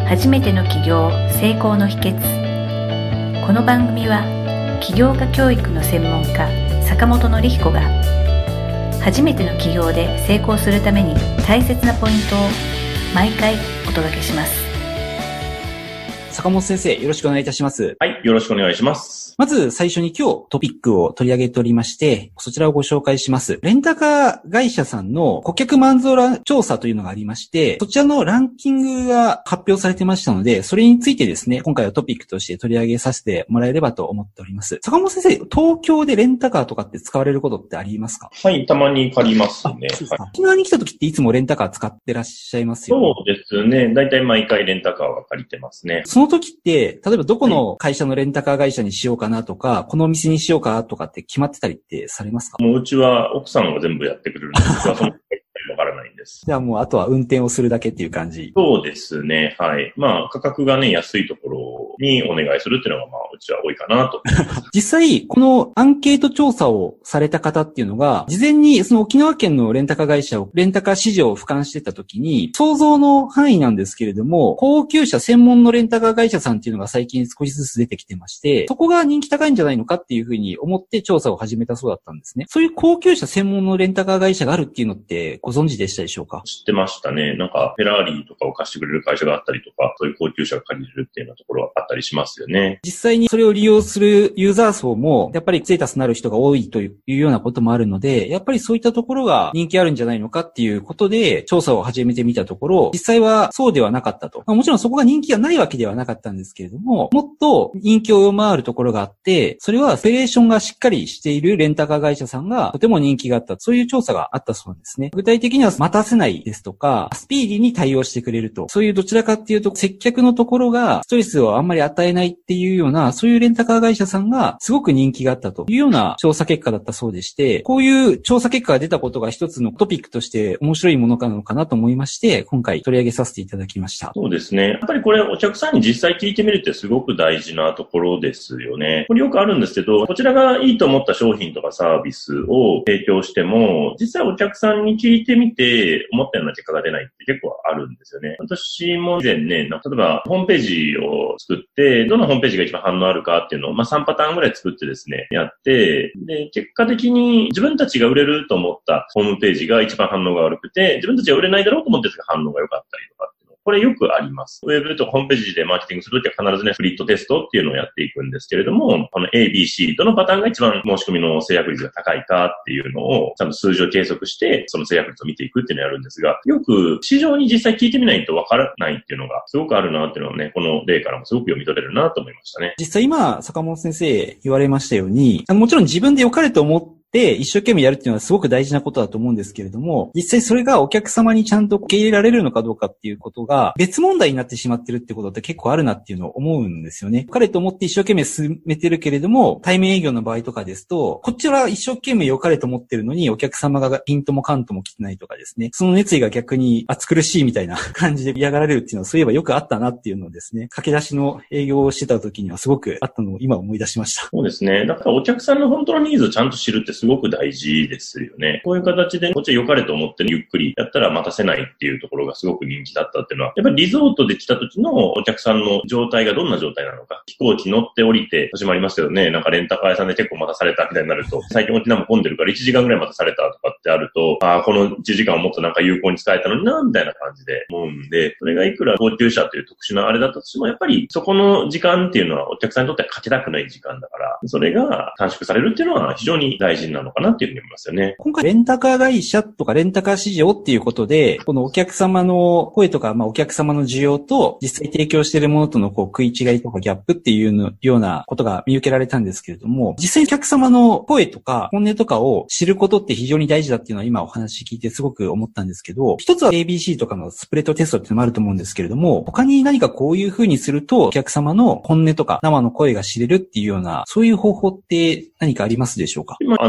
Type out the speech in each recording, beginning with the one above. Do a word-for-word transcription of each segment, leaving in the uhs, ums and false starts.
初めての起業成功の秘訣。この番組は起業家教育の専門家坂本典彦が初めての起業で成功するために大切なポイントを毎回お届けします。 坂本先生、よろしくお願いいたします。 はい、よろしくお願いします。 まず最初に今日トピックを取り上げておりまして、そちらをご紹介します。レンタカー会社さんの顧客満足度調査というのがありまして、そちらのランキングが発表されてましたので、それについてですね、今回はトピックとして取り上げさせてもらえればと思っております。坂本先生、東京でレンタカーとかって使われることってありますか？ はい、たまに借りますね。 はい、沖縄に来た時っていつもレンタカー使ってらっしゃいますよね。 そうですね。だいたい毎回レンタカーは借りてますね。 その時って、例えばどこの会社のレンタカー会社にしようかなとか、はい、このお店にしようかとかって決まってたりってされますか？ もううちは奥さんが全部やってくれるんで、僕はそのわからないんです。 じゃあもうあとは運転をするだけっていう感じ。 そうですね。はい。まあ価格がね、安いところにお願いするっていうのがまあうちは多いかなと。 実際、このアンケート調査をされた方っていうのが、事前にその沖縄県のレンタカー会社を、レンタカー市場を俯瞰してた時に、想像の範囲なんですけれども、高級車専門のレンタカー会社さんっていうのが最近少しずつ出てきてまして、そこが人気高いんじゃないのかっていうふうに思って調査を始めたそうだったんですね。そういう高級車専門のレンタカー会社があるっていうのってご存知でしたでしょうか？ 知ってましたね。なんか、フェラーリとかを貸してくれる会社があったりとか、そういう高級車が借りれるっていうようなところはあったりしますよね。 実際にそれを利用するユーザー層も、やっぱりステータスのある人が多いというようなこともあるので、やっぱりそういったところが人気あるんじゃないのかっていうことで、調査を始めてみたところ、実際はそうではなかったと。もちろんそこが人気がないわけではなかったんですけれども、もっと人気を上回るところがあって、それはオペレーションがしっかりしているレンタカー会社さんがとても人気があった。そういう調査があったそうなんですね。具体的には待たせないですとか、スピーディーに対応してくれると。そういうどちらかっていうと、接客のところがストレスをあんまり与えないっていうような、そういうレンタカー会社さんがすごく人気があったというような調査結果だったそうでして、こういう調査結果が出たことが一つのトピックとして面白いものなのかなと思いまして、今回取り上げさせていただきました。 そうですね。やっぱりこれお客さんに実際聞いてみるってすごく大事なところですよね。これよくあるんですけど、こちらがいいと思った商品とかサービスを提供しても、実際お客さんに聞いてみて思ったような結果が出ないって結構あるんですよね。私も以前ね、例えばホームページを作って、どのホームページが一番反応あるかっていうのを、まあさんパターンぐらい作ってですね、やって、で、結果的に自分たちが売れると思ったホームページが一番反応が悪くて、自分たちが売れないだろうと思ってるやつが反応が良かったりとか。これよくあります。ウェブとかホームページでマーケティングするときは必ずね、スプリットテストっていうのをやっていくんですけれども、この A、B、C、どのパターンが一番申し込みの制約率が高いかっていうのを、ちゃんと数字を計測して、その制約率を見ていくっていうのをやるんですが、よく市場に実際聞いてみないとわからないっていうのがすごくあるなっていうのはね、この例からもすごく読み取れるなと思いましたね。 実際今、坂本先生言われましたように、あのもちろん自分で良かれと思ってで、一生懸命やるっていうのはすごく大事なことだと思うんですけれども、実際それがお客様にちゃんと受け入れられるのかどうかっていうことが別問題になってしまってるってことって結構あるなっていうのを思うんですよね。彼と思って一生懸命進めてるけれども、対面営業の場合とかですと、こちらは一生懸命良かれと思ってるのにお客様がピンともカンとも来てないとかですね、その熱意が逆に暑苦しいみたいな感じで嫌がられるっていうのはそういえばよくあったなっていうのをですね、駆け出しの営業をしてた時にはすごくあったのを今思い出しました。 そうですね。だからお客さんの本当のニーズをちゃんと知るってすごく大事ですよね。こういう形でこっちは良かれと思ってゆっくりやったら待たせないっていうところがすごく人気だったっていうのは、やっぱりリゾートで来た時のお客さんの状態がどんな状態なのか。飛行機乗って降りて始まりますけどね、なんかレンタカー屋さんで結構待たされたみたいになると、最近沖縄も混んでるからいちじかんぐらい待たされたとかってあると、ああ、このいちじかんをもっとなんか有効に使えたのにな、みたいな感じで思うんで、それがいくら高級車という特殊なあれだったとしても、やっぱりそこの時間っていうのはお客さんにとってはかけたくない時間だから、それが短縮されるっていうのは非常に大事なのかなっていうふうに思いますよね。 今回レンタカー会社とかレンタカー市場っていうことで、このお客様の声とか、まあお客様の需要と実際提供しているものとのこう食い違いとかギャップっていうのようなことが見受けられたんですけれども、実際お客様の声とか本音とかを知ることって非常に大事だっていうのは今お話聞いてすごく思ったんですけど、一つは エービーシー とかのスプレッドテストっていうのもあると思うんですけれども、他に何かこういう風にするとお客様の本音とか生の声が知れるっていうような、そういう方法って何かありますでしょうか？ 今、アン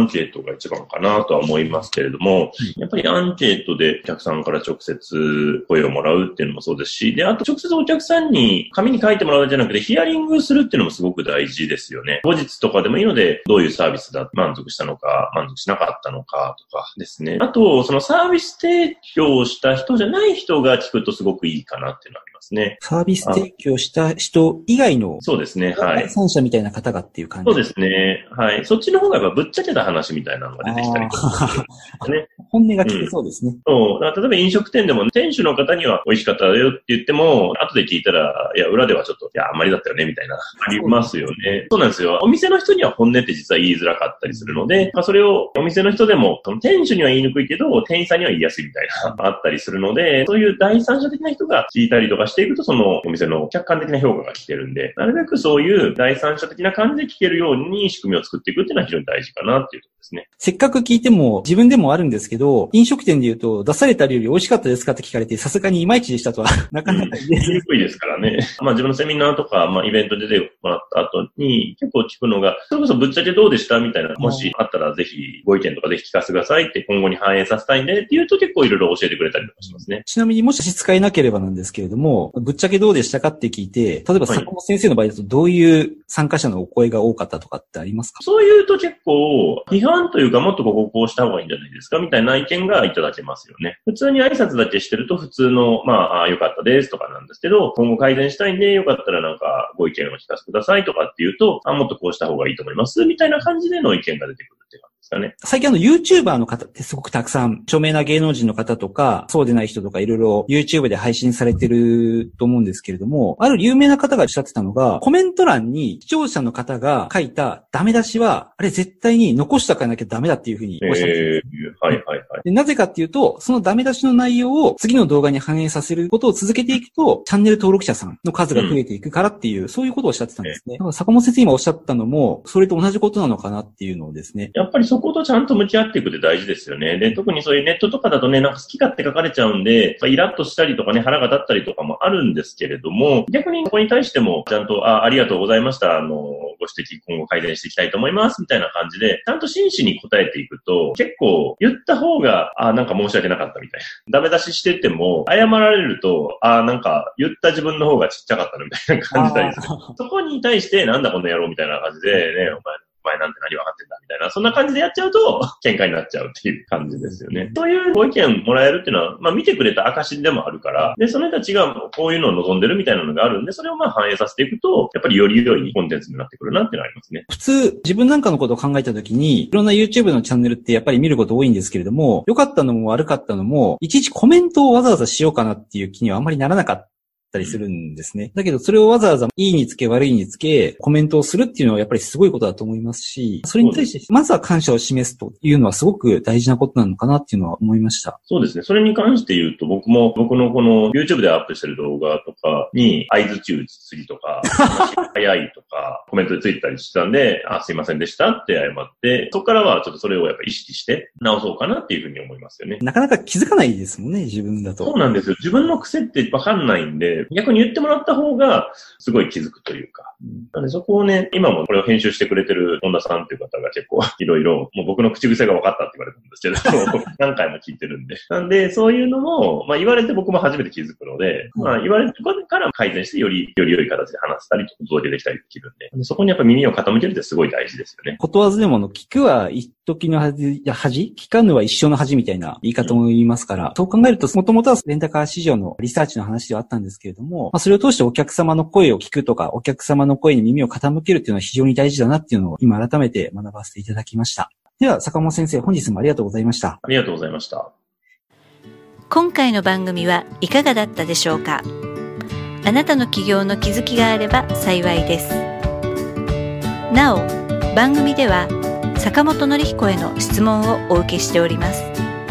ケートが一番かなとは思いますけれども、やっぱりアンケートでお客さんから直接声をもらうっていうのもそうですし、で、あと直接お客さんに紙に書いてもらうんじゃなくてヒアリングするっていうのもすごく大事ですよね。後日とかでもいいので、どういうサービスだ、満足したのか、満足しなかったのかとかですね。あと、そのサービス提供した人じゃない人が聞くとすごくいいかなっていうのはありますね。 サービス提供した人以外の、 そうですね、はい。 第三者みたいな方がっていう感じ。 そうですね、はい。そっちの方がやっぱぶっちゃけた話みたいなのが出てきたりとかするんですね。 本音が聞けそうですね。 うん、そう。だから例えば飲食店でも、店主の方には美味しかったよって言っても、後で聞いたら、いや、裏ではちょっと、いや、あんまりだったよね、みたいな、ありますよね。そうなんですよ。お店の人には本音って実は言いづらかったりするので、まあ、それをお店の人でも、その店主には言いにくいけど、店員さんには言いやすいみたいな、あったりするので、そういう第三者的な人が聞いたりとかしていくと、そのお店の客観的な評価が聞けるんで、なるべくそういう第三者的な感じで聞けるように仕組みを作っていくっていうのは非常に大事かなっていうところですね。 せっかく聞いても自分でもあるんですけど、飲食店で言うと出された料理美味しかったですかって聞かれて、さすがにいまいちでしたとはなかなか言えにくいですからね。まあ自分のセミナーとか、まあイベントで出てもらった後に結構聞くのが、それこそぶっちゃけどうでしたみたいな、もしあったらぜひご意見とかぜひ聞かせてくださいって今後に反映させたいんでっていうと結構いろいろ教えてくれたりとかしますね。 ちなみにもし差し支えなければなんですけれども、ぶっちゃけどうでしたかって聞いて、例えば坂本先生の場合だとどういう参加者のお声が多かったとかってありますか？ そういうと結構批判というかもっとこここうした方がいいんじゃないですかみたいな意見がいただけますよね。普通に挨拶だけしてると普通の、まあ、あ良かったですとかなんですけど、今後改善したいんでよかったらなんかご意見を聞かせてくださいとかっていうと、あ、もっとこうした方がいいと思いますみたいな感じでの意見が出てくるっていう感じですかね。 最近あの YouTuber の方ってすごくたくさん、著名な芸能人の方とか、そうでない人とかいろいろ YouTube で配信されてると思うんですけれども、ある有名な方がおっしゃってたのが、コメント欄に視聴者の方が書いたダメ出しは、あれ絶対に残しておかなきゃダメだっていうふうにおっしゃってたんです。 えー、はいはいはい。 でなぜかっていうと、そのダメ出しの内容を次の動画に反映させることを続けていくと、チャンネル登録者さんの数が増えていくからっていう、うん、そういうことをおっしゃってたんですね。だから坂本先生今おっしゃったのも、それと同じことなのかなっていうのをですね。 やっぱりそことちゃんと向き合っていくって大事ですよね。で、特にそういうネットとかだとね、なんか好き勝手書かれちゃうんで、イラッとしたりとかね、腹が立ったりとかもあるんですけれども、逆にそこに対しても、ちゃんと、あ、ありがとうございました。あの、ご指摘今後改善していきたいと思います。みたいな感じで、ちゃんと真摯に答えていくと、結構言った方が、あ、なんか申し訳なかったみたいな。ダメ出ししてても、謝られると、あ、なんか言った自分の方がちっちゃかったなみたいな感じたりする。そこに対して、なんだこの野郎みたいな感じで、ね、お前、お前なんて何分かってんだみたいな、そんな感じでやっちゃうと、喧嘩になっちゃうっていう感じですよね。そういうご意見もらえるっていうのは、まあ見てくれた証でもあるから、で、その人たちがこういうのを望んでるみたいなのがあるんで、それをまあ反映させていくと、やっぱりより良いコンテンツになってくるなっていうのはありますね。 普通、自分なんかのことを考えたときに、いろんな YouTube のチャンネルってやっぱり見ること多いんですけれども、良かったのも悪かったのも、いちいちコメントをわざわざしようかなっていう気にはあんまりならなかった。たりするんですね。だけどそれをわざわざいいにつけ悪いにつけコメントをするっていうのはやっぱりすごいことだと思いますし、それに対してまずは感謝を示すというのはすごく大事なことなのかなっていうのは思いました。 そうですね。それに関して言うと僕も僕のこの YouTube でアップしてる動画とかに合図中打ちすぎとか話が早いとかコメントでついてたりしてたんで、あ、すいませんでしたって謝って、そこからはちょっとそれをやっぱ意識して直そうかなっていうふうに思いますよね。 なかなか気づかないですもんね、自分だと。 そうなんですよ。自分の癖ってわかんないんで、逆に言ってもらった方がすごい気づくというか。うん、なのでそこをね、今もこれを編集してくれてる本田さんっていう方が結構いろいろ、もう僕の口癖が分かったって言われたんですけど、何回も聞いてるんで。なんで、そういうのも、まあ言われて僕も初めて気づくので、うん、まあ言われてから改善してより、より良い形で話せたり、お届けできたりできるんで、そこにやっぱ耳を傾けるってすごい大事ですよね。 ことわずでもの、聞くは一時の恥、恥聞かぬは一生の恥みたいな言い方も言いますから、うん、そう考えると、もともとはレンタカー市場のリサーチの話ではあったんですけれども、まあそれを通してお客様の声を聞くとか、お客様の声に耳を傾けるっていうのは非常に大事だなっていうのを今改めて学ばせていただきました。では、坂本先生、本日もありがとうございました。 ありがとうございました。 今回の番組はいかがだったでしょうか。あなたの起業の気づきがあれば幸いです。なお、番組では坂本典彦への質問をお受けしております。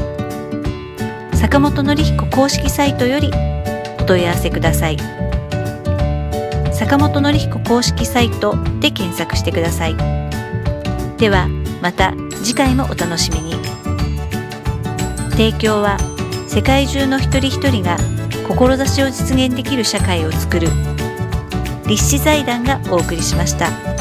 坂本典彦公式サイトよりお問い合わせください。坂本典彦公式サイトで検索してください。ではまた次回もお楽しみに。提供は世界中の一人一人が志を実現できる社会を作る立志財団がお送りしました。